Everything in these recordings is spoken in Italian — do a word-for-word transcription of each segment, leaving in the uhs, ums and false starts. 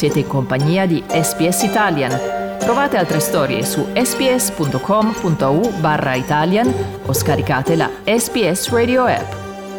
Siete in compagnia di S B S Italian. Trovate altre storie su sbs.com.au barra Italian o scaricate la S B S Radio app.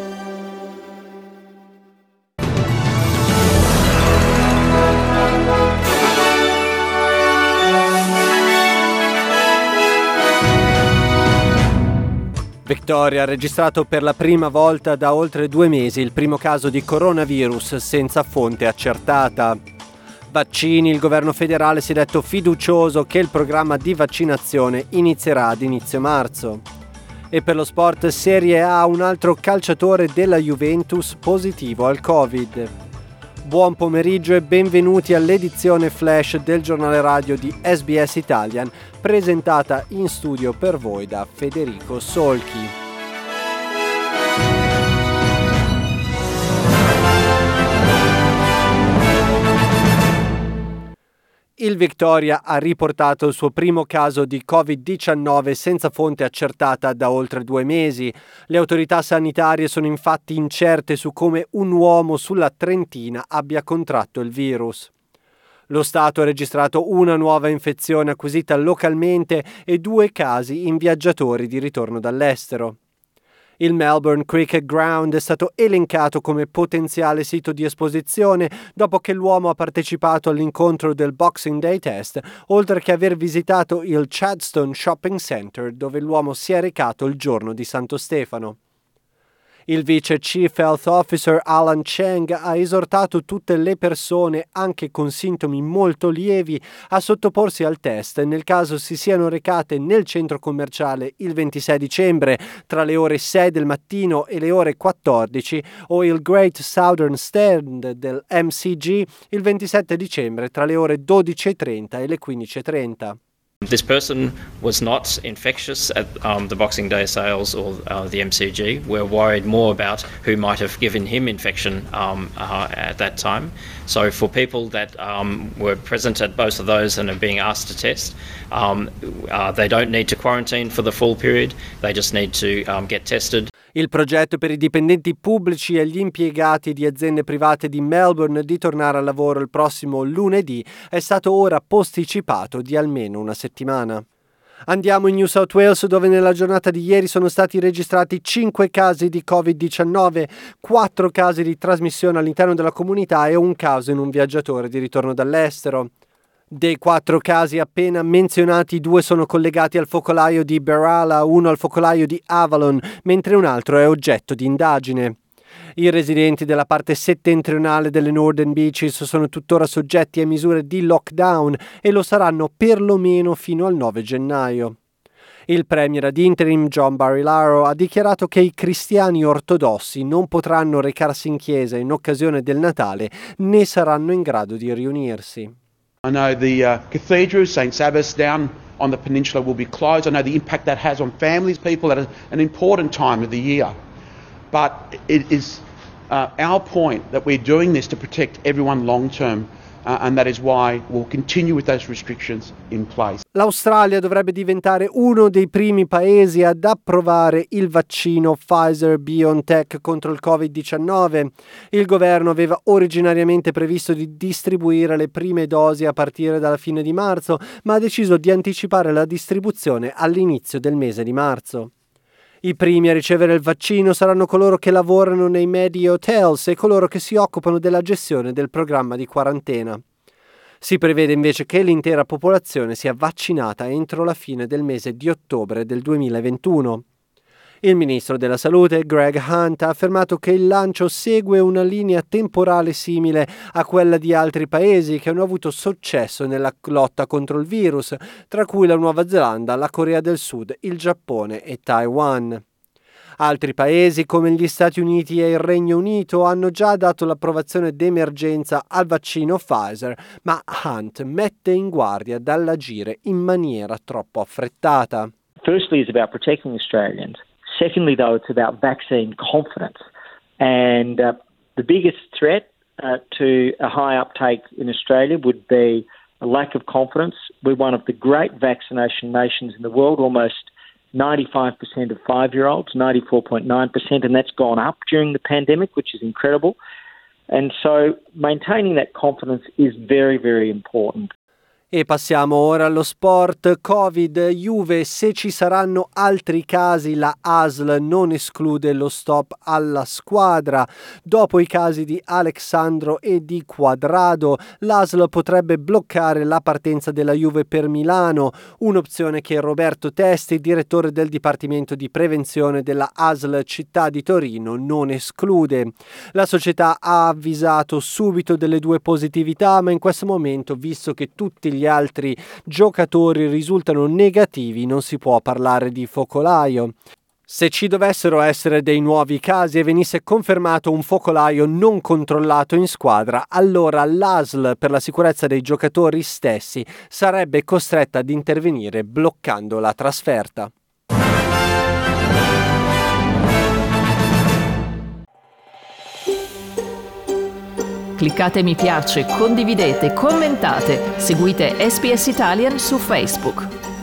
Victoria ha registrato per la prima volta da oltre due mesi il primo caso di coronavirus senza fonte accertata. Vaccini, il governo federale si è detto fiducioso che il programma di vaccinazione inizierà ad inizio marzo. E per lo sport Serie A, un altro calciatore della Juventus positivo al Covid. Buon pomeriggio e benvenuti all'edizione flash del giornale radio di S B S Italian, presentata in studio per voi da Federico Solchi. Il Victoria ha riportato il suo primo caso di covid diciannove senza fonte accertata da oltre due mesi. Le autorità sanitarie sono infatti incerte su come un uomo sulla Trentina abbia contratto il virus. Lo Stato ha registrato una nuova infezione acquisita localmente e due casi in viaggiatori di ritorno dall'estero. Il Melbourne Cricket Ground è stato elencato come potenziale sito di esposizione dopo che l'uomo ha partecipato all'incontro del Boxing Day Test, oltre che aver visitato il Chadstone Shopping Centre dove l'uomo si è recato il giorno di Santo Stefano. Il vice Chief Health Officer Alan Cheng ha esortato tutte le persone, anche con sintomi molto lievi, a sottoporsi al test nel caso si siano recate nel centro commerciale il ventisei dicembre tra le ore sei del mattino e le ore quattordici o il Great Southern Stand del M C G il ventisette dicembre tra le ore dodici e trenta e le quindici e trenta. This person was not infectious at um, the Boxing Day sales or uh, the M C G. We're worried more about who might have given him infection um, uh, at that time. So for people that um, were present at both of those and are being asked to test, um, uh, they don't need to quarantine for the full period. They just need to um, get tested. Il progetto per i dipendenti pubblici e gli impiegati di aziende private di Melbourne di tornare al lavoro il prossimo lunedì è stato ora posticipato di almeno una settimana. Andiamo in New South Wales, dove nella giornata di ieri sono stati registrati cinque casi di covid diciannove, quattro casi di trasmissione all'interno della comunità e un caso in un viaggiatore di ritorno dall'estero. Dei quattro casi appena menzionati, due sono collegati al focolaio di Berala, uno al focolaio di Avalon, mentre un altro è oggetto di indagine. I residenti della parte settentrionale delle Northern Beaches sono tuttora soggetti a misure di lockdown e lo saranno perlomeno fino al nove gennaio. Il premier ad interim John Barilaro ha dichiarato che i cristiani ortodossi non potranno recarsi in chiesa in occasione del Natale né saranno in grado di riunirsi. I know the uh, cathedral, Saint Sabbath's down on the peninsula will be closed. I know the impact that has on families, people at a, an important time of the year. But it is uh, our point that we're doing this to protect everyone long term. Uh, and that is why we'll continue with those restrictions in place. L'Australia dovrebbe diventare uno dei primi paesi ad approvare il vaccino Pfizer-BioNTech contro il covid diciannove. Il governo aveva originariamente previsto di distribuire le prime dosi a partire dalla fine di marzo, ma ha deciso di anticipare la distribuzione all'inizio del mese di marzo. I primi a ricevere il vaccino saranno coloro che lavorano nei Medi Hotels e coloro che si occupano della gestione del programma di quarantena. Si prevede invece che l'intera popolazione sia vaccinata entro la fine del mese di ottobre del duemilaventuno. Il ministro della Salute, Greg Hunt, ha affermato che il lancio segue una linea temporale simile a quella di altri paesi che hanno avuto successo nella lotta contro il virus, tra cui la Nuova Zelanda, la Corea del Sud, il Giappone e Taiwan. Altri paesi come gli Stati Uniti e il Regno Unito hanno già dato l'approvazione d'emergenza al vaccino Pfizer, ma Hunt mette in guardia dall'agire in maniera troppo affrettata. Firstly, it's about protecting Australians. Secondly, though, it's about vaccine confidence. And uh, the biggest threat uh, to a high uptake in Australia would be a lack of confidence. We're one of the great vaccination nations in the world, almost ninety-five percent of five-year-olds, ninety-four point nine percent, and that's gone up during the pandemic, which is incredible. And so maintaining that confidence is very, very important. E passiamo ora allo sport. Covid, Juve, se ci saranno altri casi la A S L non esclude lo stop alla squadra. Dopo i casi di Alexandro e di Quadrado, l'A S L potrebbe bloccare la partenza della Juve per Milano, un'opzione che Roberto Testi, direttore del Dipartimento di Prevenzione della A S L Città di Torino, non esclude. La società ha avvisato subito delle due positività, ma in questo momento, visto che tutti gli altri giocatori risultano negativi, non si può parlare di focolaio. Se ci dovessero essere dei nuovi casi e venisse confermato un focolaio non controllato in squadra, allora l'A S L, per la sicurezza dei giocatori stessi, sarebbe costretta ad intervenire bloccando la trasferta. Cliccate mi piace, condividete, commentate, seguite S B S Italian su Facebook.